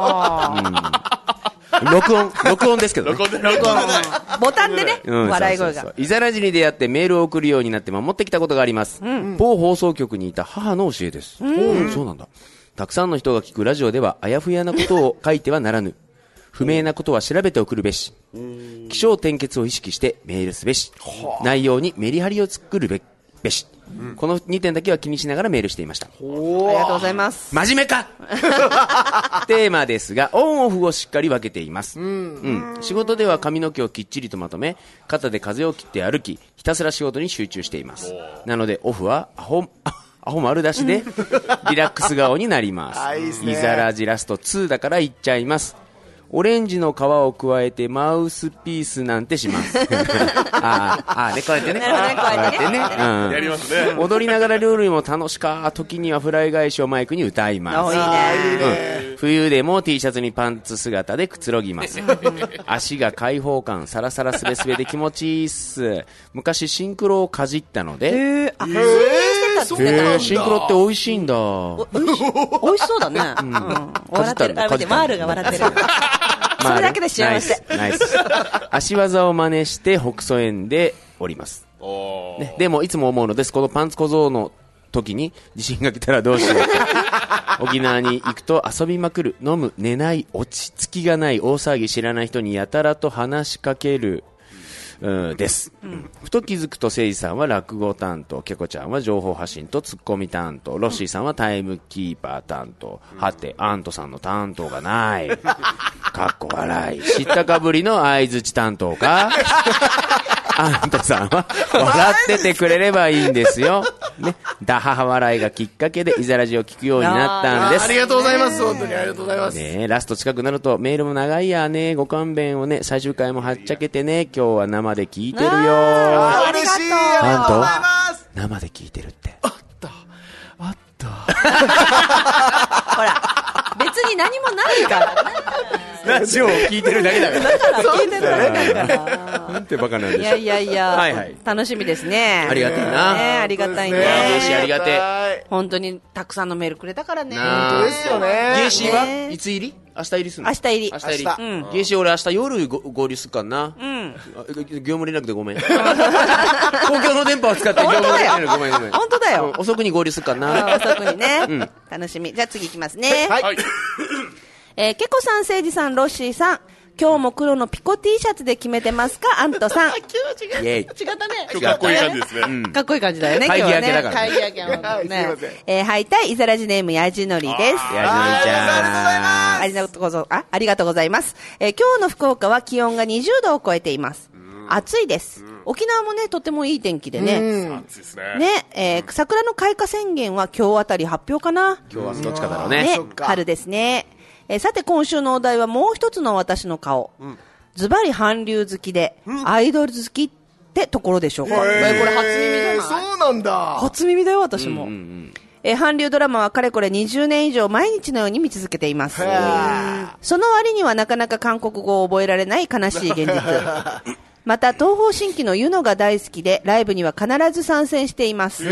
Speaker 4: 録音ですけどね。
Speaker 7: ボタンでね、笑い声が。
Speaker 4: イザラジに出会ってメールを送るようになって守ってきたことがあります。某放送局にいた母の教えです。そうなんだ。たくさんの人が聞くラジオではあやふやなことを書いてはならぬ。不明なことは調べて送るべし。起承転結を意識してメールすべし。内容にメリハリを作るべし。この2点だけは気にしながらメールしていました。あ
Speaker 7: りがとうございます。
Speaker 4: 真面目かテーマですが、オンオフをしっかり分けています。仕事では髪の毛をきっちりとまとめ、肩で風を切って歩き、ひたすら仕事に集中しています。なのでオフはアホ丸出しでリラックス顔になります。イザラジラスト2だから言っちゃいます。オレンジの皮を加えてマウスピースなんてします。ね、こうやってね。
Speaker 2: やりますね。
Speaker 4: 踊りながら料理も楽しか、時にはフライ返しをマイクに歌います。冬でも T シャツにパンツ姿でくつろぎます。足が開放感、サラサラスベスベで気持ちいいっす。昔シンクロをかじったので、シンクロって美味しいんだ。
Speaker 7: 美味しそうだね。笑ってる。マールが笑ってる。それだけで幸せ。
Speaker 4: ナイス。足技を真似して北総園でおります。でもいつも思うのです。このパンツ小僧の時に地震が来たらどうしよう。沖縄に行くと遊びまくる、飲む、寝ない、落ち着きがない、大騒ぎ、知らない人にやたらと話しかける。です、ふと気づくと誠司さんは落語担当、ケコちゃんは情報発信とツッコミ担当、ロッシーさんはタイムキーパー担当、はてアントさんの担当がない。かっこ笑い。知ったかぶりの相づち担当か。あんたさんは笑っててくれればいいんですよ。ね、ダハハ笑いがきっかけでイザラジを聞くようになったんです。
Speaker 1: ありがとうございます。本当にありがとうございます。
Speaker 4: ね、ラスト近くなるとメールも長いやね、ご勘弁をね、最終回もはっちゃけてね、今日は生で聞いてるよ。
Speaker 1: 嬉しい。ありがとうございます。
Speaker 4: 生で聞いてるって。
Speaker 1: あった。
Speaker 7: ほら、別に何もないからね。
Speaker 4: ラジオを聞いてるだけだから。
Speaker 7: だから聞いてるだけだから。
Speaker 4: なんてバカなんでしょ。
Speaker 7: いや、楽しみですね。
Speaker 4: ありがたいな。
Speaker 7: ありがたいね。
Speaker 4: ゲイシーありがてえ。
Speaker 7: 本当にたくさんのメールくれたからね。
Speaker 1: 本当ですよね。
Speaker 4: ゲイシーはいつ入り？明日入りするの？
Speaker 7: 明日入り。
Speaker 4: ゲイシー俺明日夜合流するかな。業務連絡でごめん。公共の電波を使って業務連絡でごめん。
Speaker 7: 本当だよ。
Speaker 4: 遅くに合流するかな。
Speaker 7: 遅くにね。楽しみ。じゃあ次行きますね。はい。ケコさん、誠司さん、ロッシーさん、今日も黒のピコ T シャツで決めてますか、アントさん。
Speaker 4: イエイ。
Speaker 7: 違ったね。
Speaker 2: 今日かっこいい感じですね。
Speaker 7: かっこいい感じだよね、今日はね。
Speaker 4: 会議明けだから。
Speaker 7: 会議明けはね。はいたい、イザラジネーム、やじのりです。
Speaker 4: やじのりちゃん。
Speaker 7: ありがとうございます。今日の福岡は気温が20度を超えています。暑いです。沖縄もね、とてもいい天気でね。
Speaker 2: 暑いですね。
Speaker 7: ね、桜の開花宣言は今日あたり発表かな。
Speaker 4: 今日はどっちかだろうね。
Speaker 7: ね、春ですね。さて今週のお題はもう一つの私の顔。ズバリ韓流好きで、アイドル好きってところでしょうか。これ初耳じゃない？
Speaker 1: そうなんだ。
Speaker 7: 初耳だよ、私も。韓流ドラマはかれこれ20年以上毎日のように見続けています。その割にはなかなか韓国語を覚えられない悲しい現実。また東方神起のユノが大好きでライブには必ず参戦しています。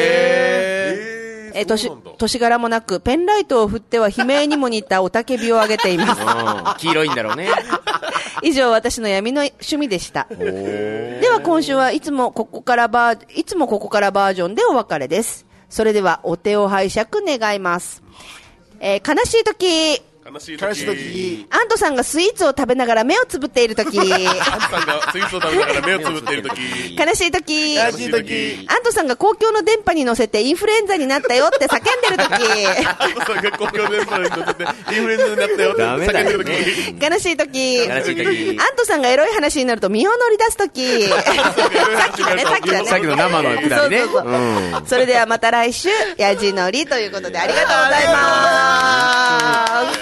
Speaker 7: 年柄もなくペンライトを振っては悲鳴にも似た雄たけびを上げています。
Speaker 4: 黄色いんだろうね。
Speaker 7: 以上私の闇の趣味でした。では今週はいつもここからバージョンでお別れです。それではお手を拝借願います。悲しい時
Speaker 2: 悲しい時。
Speaker 7: アントさんがスイーツを食べながら目をつぶっている時。
Speaker 2: アントさんがスイーツを食べながら目をつぶっている時。
Speaker 7: 悲しい時。アントさんが公共の電波に乗せてインフルエンザになったよって叫んでる時。
Speaker 2: アントさんが公共の電波に乗せてインフルエンザになったよって叫んでる時。
Speaker 7: 悲しい時。アントさんがエロい話になると身を乗り出す時。
Speaker 4: さっきの生のくだりね。
Speaker 7: それではまた来週、やじのりということでありがとうございます。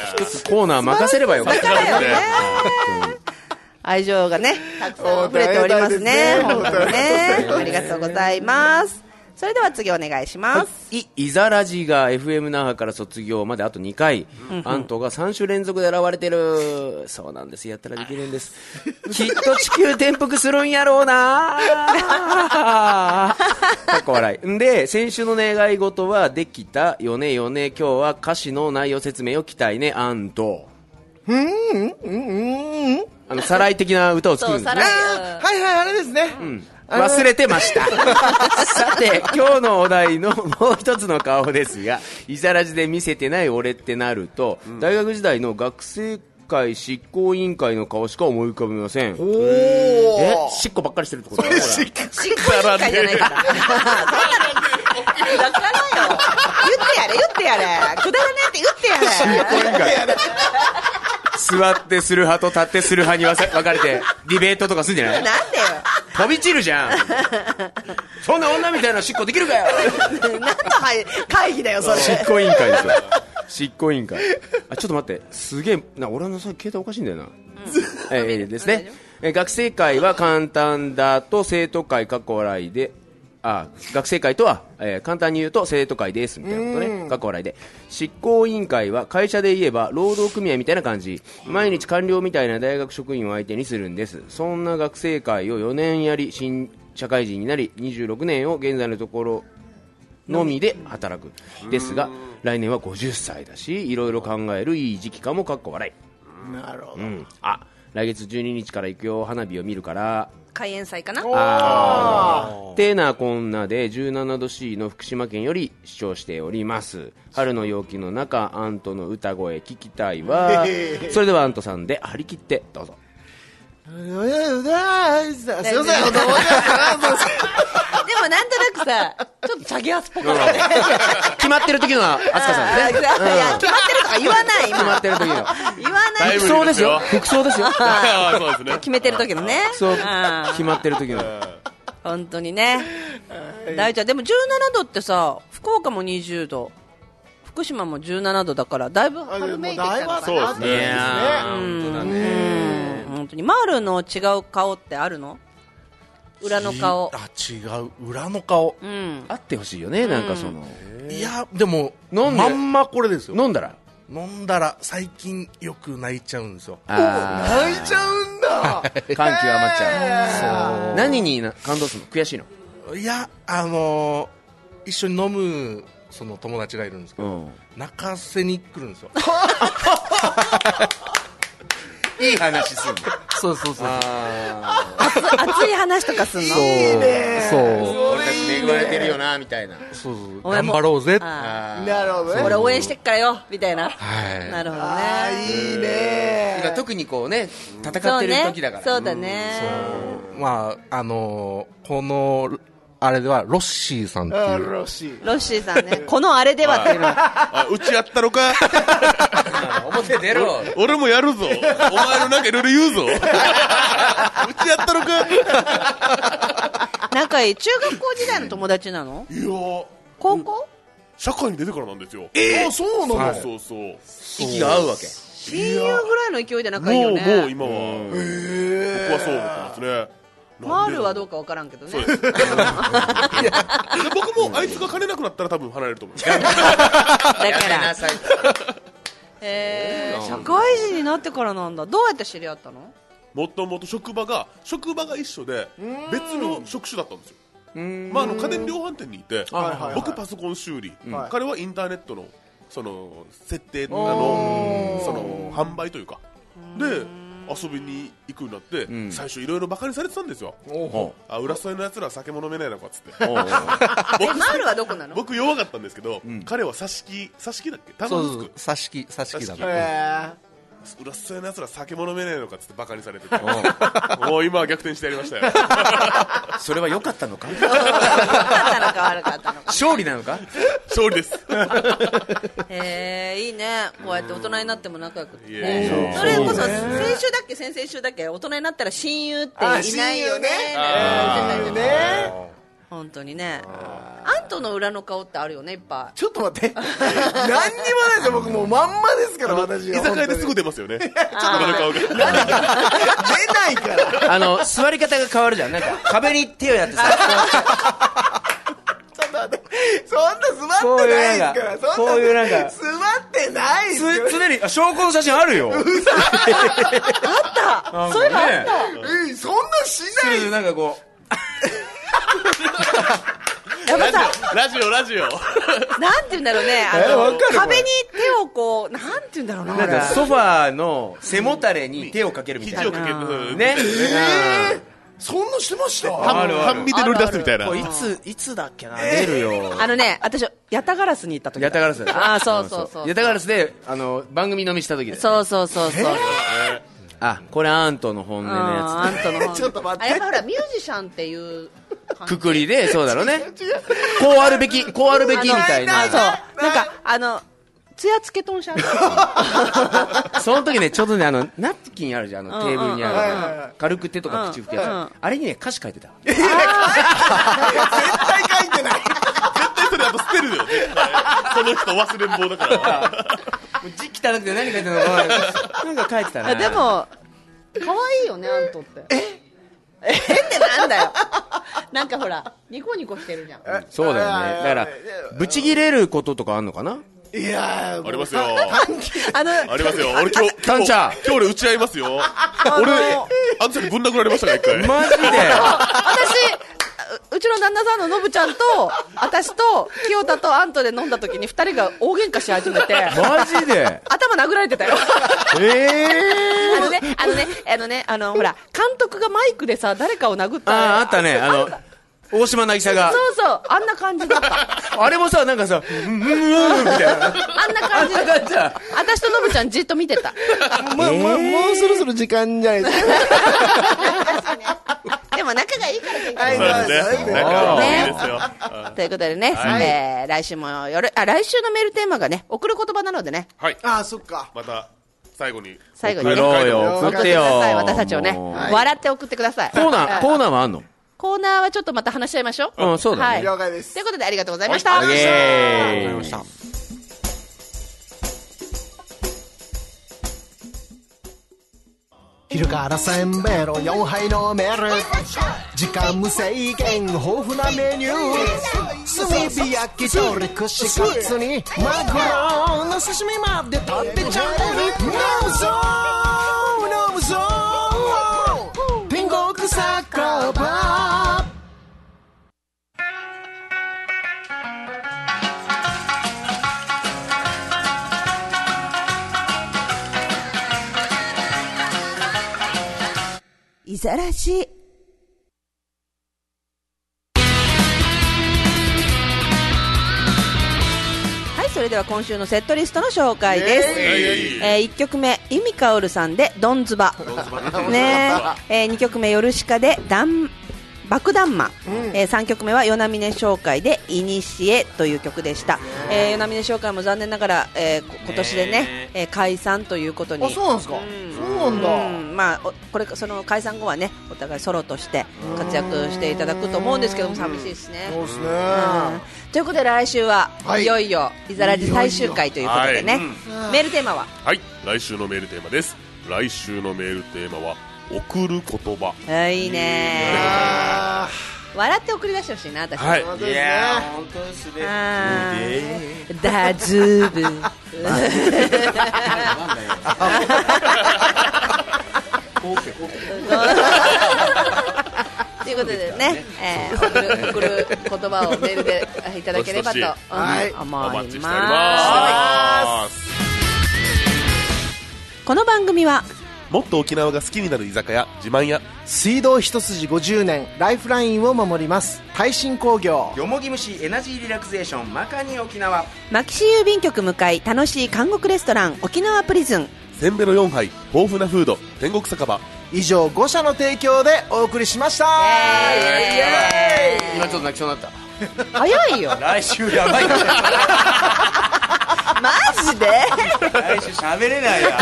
Speaker 4: コーナー任せればよかった。
Speaker 7: 愛情がね、たくさん溢れておりますね。本当にね。ありがとうございます。それでは次お願いします。
Speaker 4: いざらじが FM 那覇から卒業まであと2回、アントが3週連続で現れてる。そうなんです。やったらできるんです。きっと地球転覆するんやろうな。かっこ笑い。んで、先週の願い事はできたよねよね。今日は歌詞の内容説明を期待ね、アント。サライ的な歌を作るんですね。
Speaker 1: はいはい、あれですね。
Speaker 4: 忘れてました。さて、今日のお題のもう一つの顔ですが、いざらじで見せてない俺ってなると、大学時代の学生会執行委員会の顔しか思い浮かびません。しっこばっかりしてるってことだね。
Speaker 7: しっこ委員会じゃないから。だからよ。言ってやれ。くだらねえって言ってやれ。
Speaker 4: 座ってする派と立ってする派に分かれてディベートとかするんじゃない？
Speaker 7: なんでよ。
Speaker 4: 飛び散るじゃん。そんな女みたいな執行できるかよ。
Speaker 7: 何の会議だよそれ。
Speaker 4: 執行委員会ですよ。執行委員会。ちょっと待って、すげえ俺のさ携帯おかしいんだよな。ですね。学生会は簡単だと生徒会かっこ笑いで。学生会とは、簡単に言うと生徒会ですみたいなことね、かっこ笑いで。執行委員会は会社で言えば労働組合みたいな感じ、毎日官僚みたいな大学職員を相手にするんです。そんな学生会を4年やり新社会人になり26年を現在のところのみで働くですが、来年は50歳だしいろいろ考えるいい時期かもかっこ笑い。
Speaker 1: なるほど。
Speaker 4: 来月12日から行くよ、花火を見るから。
Speaker 7: 開園祭かな。
Speaker 4: てなこんなで17度 C の福島県より視聴しております。春の陽気の中、アントの歌声聞きたいわ。それではアントさんで張り切ってどうぞ。
Speaker 1: すいません。
Speaker 7: でもなんとなくさ、ちょっとチャゲアスっぽくなって
Speaker 4: 決まってる時のアスカさんね。
Speaker 7: いや、決まってるとか言わない。
Speaker 4: 決まってる時の。
Speaker 7: 言わない。
Speaker 4: 服装ですよ。服装ですよ。
Speaker 7: そうですね。決めてる時のね。
Speaker 4: そう。決まってる時の。
Speaker 7: 本当にね。大ちゃん、でも17度ってさ、福岡も20度。福島も17度だからだいぶ春めいてきたのかな。
Speaker 2: そうですね。
Speaker 4: いや本当だね。
Speaker 7: 本当にマールの違う顔ってあるの？裏の顔。
Speaker 5: 違う裏の顔。
Speaker 4: あってほしいよね、なんかその。
Speaker 5: いやでもまんまこれですよ。
Speaker 4: 飲んだら
Speaker 5: 最近よく泣いちゃうんですよ。
Speaker 1: 泣いちゃうんだ。
Speaker 4: 感極まっちゃう。何に感動するの？悔しいの？
Speaker 5: いや一緒に飲むその友達がいるんですけど、泣かせに来るんですよ。
Speaker 4: いい話するの。
Speaker 5: そう
Speaker 7: 熱い話とかすんの。
Speaker 5: いいね。そう
Speaker 4: 俺たち恵まれてるよなみたいな。
Speaker 5: そう頑張ろうぜ。
Speaker 1: なるほどね。
Speaker 7: 俺応援してっからよみたいな。なるほどね。
Speaker 1: いいね。
Speaker 4: 今特にこうね戦ってる時だから。
Speaker 7: そうだね。
Speaker 5: まあこのあれではロッシーさんっていう
Speaker 7: ロッシーさんね。このあれではっていうの。
Speaker 2: うちやったのか。
Speaker 4: 表出ろ。
Speaker 2: 俺もやるぞ。お前のなんかいろいろ言うぞ。うちやったのか。
Speaker 7: 仲いい。中学校時代の友達なの？
Speaker 2: いや
Speaker 7: 高校？
Speaker 2: 社会に出てからなんですよ。
Speaker 1: そうなの？
Speaker 2: そうそう。
Speaker 4: 息が合うわけ。
Speaker 7: 親友ぐらいの勢いで仲いいよね。
Speaker 2: もう今は。僕はそう思ってますね。
Speaker 7: マールはどうか分からんけどね。
Speaker 2: 僕もあいつが金なくなったら多分離れると思う。
Speaker 7: だから社会人になってからなんだ。どうやって知り合ったの？
Speaker 2: もともと職場が一緒で別の職種だったんですよ。家電量販店にいて、僕パソコン修理、彼はインターネットのその設定その販売というかで、
Speaker 13: 遊びに行くようになって、最初いろいろバカにされてたんですよ。浦添のやつら酒も飲めないのかっつって。
Speaker 7: マールはどこなの？
Speaker 13: 僕弱かったんですけど、彼は挿し木だっけ？
Speaker 5: そう挿し木だね。
Speaker 13: 浦添のやつら酒も飲めないのかっつってバカにされてて、もう今は逆転してやりましたよ。
Speaker 4: それは良かったのか？
Speaker 7: 良かったのか悪かったのか。
Speaker 4: 勝利なのか？
Speaker 13: 勝利です。
Speaker 7: いいね、こうやって大人になっても仲良くてね。それこそ先週だっけ先々週だっけ、大人になったら親友っていないよね。本当にね。アントの裏の顔ってあるよね、いっぱい。
Speaker 1: ちょっと待って。何にもないですよ、僕もうまんまですから、私。
Speaker 13: 居酒屋ですぐ出ますよね。裏の顔が。出
Speaker 1: ないから。
Speaker 4: 座り方が変わるじゃん。なんか壁に手をやってさ。
Speaker 1: ちょっと待って。そんな座ってないですから。
Speaker 4: こういうなんか。
Speaker 1: 座ってないですよ。
Speaker 4: 常に、証拠の写真あるよ。
Speaker 7: あった。そういうのあった。
Speaker 1: そんなしない。
Speaker 4: なんかこう。
Speaker 13: ラジオなんて
Speaker 7: 言うんだろうね、壁に手をこうなんて言うんだろうな、
Speaker 4: なんかソファーの背もたれに手をかけるみたいな、
Speaker 13: 肘をかける
Speaker 4: ね。
Speaker 1: そんなしてました？
Speaker 13: 半身で乗り出すみたいな。
Speaker 4: いつだっけな、出るよ。
Speaker 7: 私ヤタガラスに行った時。
Speaker 4: ヤタガラス。
Speaker 7: そう
Speaker 4: ヤタガラスで番組飲みした時で。
Speaker 7: そう。
Speaker 4: これアントの本音のや
Speaker 7: つ。
Speaker 1: ちょっと待って。
Speaker 7: ほらミュージシャンっていう
Speaker 4: くくりで、そうだろうね。こうあるべきみたいな。
Speaker 7: そう。なんかツヤつけとんしゃん。
Speaker 4: その時ね、ちょうどね、ナプキンあるじゃん、テーブルにある。軽く手とか口拭くやつ。あれにね、歌詞書いてた。
Speaker 1: 絶対書いてない。
Speaker 13: 絶対それ捨てるよね。その人忘れん坊だから。
Speaker 4: 字汚くて何書いてるのかなんか書いてたね。
Speaker 7: でも可愛いよね、アントって。ってなんだよ。なんかほらニコニコしてるじゃん。
Speaker 4: そうだよね。だからブチギレることとかあんのかな。
Speaker 1: いや
Speaker 13: ありますよ。
Speaker 7: あり
Speaker 13: ますよ。俺今日俺打ち合いますよ。俺あんたにぶん殴られましたか一回。
Speaker 4: マジで。
Speaker 7: うちの旦那さんのノブちゃんと私と清田とアントで飲んだ時に2人が大喧嘩し始めて。
Speaker 4: マジで。
Speaker 7: 頭殴られてたよ。ほら監督がマイクでさ誰かを殴った。
Speaker 4: あったね。大島渚が。
Speaker 7: そうあんな感じだった。
Speaker 4: あれもさ、なんかさ、みたいな。あんな
Speaker 7: 感じだった。私とノブちゃんじっと見てた。
Speaker 1: もうそろそろ時間じゃないですか。
Speaker 7: でも仲がいいから
Speaker 13: 結構。そうですね。仲がいいですよ。
Speaker 7: ということでね、来週のメールテーマがね、送る言葉なのでね。
Speaker 13: はい。
Speaker 1: そっか。
Speaker 13: また最後にね。
Speaker 4: 送ろうよ。送ってよ。
Speaker 7: 私たちをね、笑って送ってください。
Speaker 4: コーナーはあんの？
Speaker 7: コーナーはちょっとまた話し合いましょう。
Speaker 4: そうだね。
Speaker 1: 了解です。
Speaker 7: ということでありがとうございました。
Speaker 8: 昼からせんべろ4杯飲める時間無制限豊富なメニュー炭火焼き鳥串カツにマグロの刺身まで食べちゃえる飲むぞ天国酒場
Speaker 7: いざらしはい、それでは今週のセットリストの紹介です。1曲目由美かおるさんでドンズバね、2曲目ヨルシカで爆弾魔、3曲目は与那嶺商会でいにしえという曲でした。与那嶺商会も残念ながら、今年でね、解散ということに。
Speaker 1: そうなんですか。そうなんだ。
Speaker 7: まあこれその解散後はねお互いソロとして活躍していただくと思うんですけども寂しいですね。
Speaker 1: そうですね。
Speaker 7: ということで来週はいよいよいざらじ最終回ということでね、メールテーマは
Speaker 13: 来週のメールテーマです。来週のメールテーマは送る言葉。
Speaker 7: いいね。笑って送り出してほしいな私。
Speaker 4: いや本当ですね。
Speaker 7: 大丈夫。ということでね、送る言葉をメールでいただければと思います。この番組は
Speaker 13: もっと沖縄が好きになる居酒屋自慢屋、
Speaker 14: 水道一筋50年ライフラインを守ります耐震工業、
Speaker 4: よもぎ虫エナジーリラクゼーションマカニ沖縄、
Speaker 7: 牧師郵便局向かい楽しい監獄レストラン沖縄プリズン、
Speaker 13: せんべろ4杯豊富なフード天国酒場、
Speaker 14: 以上5社の提供でお送りしました。
Speaker 4: 今ちょっと泣きそうになった
Speaker 7: 早いよ
Speaker 4: 来週やばいから
Speaker 7: マジで
Speaker 4: 来週喋れないや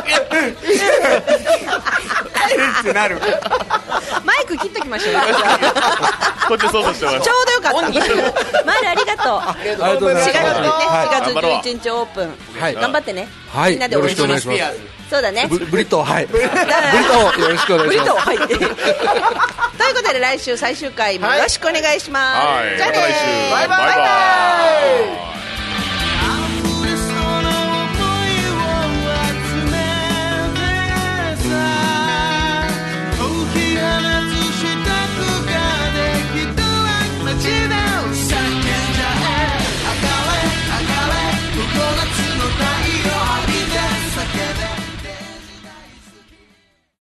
Speaker 4: ってなる
Speaker 7: マイク切っときましょう
Speaker 13: こっち操作してます。
Speaker 7: ちょうどよかったマイルありがとう。4月11日オープン、頑張ってね、みんなで応援します。そうだね、
Speaker 5: ブリトー、はいブリトーよろしくお願いします。
Speaker 7: ブリトー、はいということで来週最終回もよろしくお願いします。じゃあね、
Speaker 13: 来週バイバイ。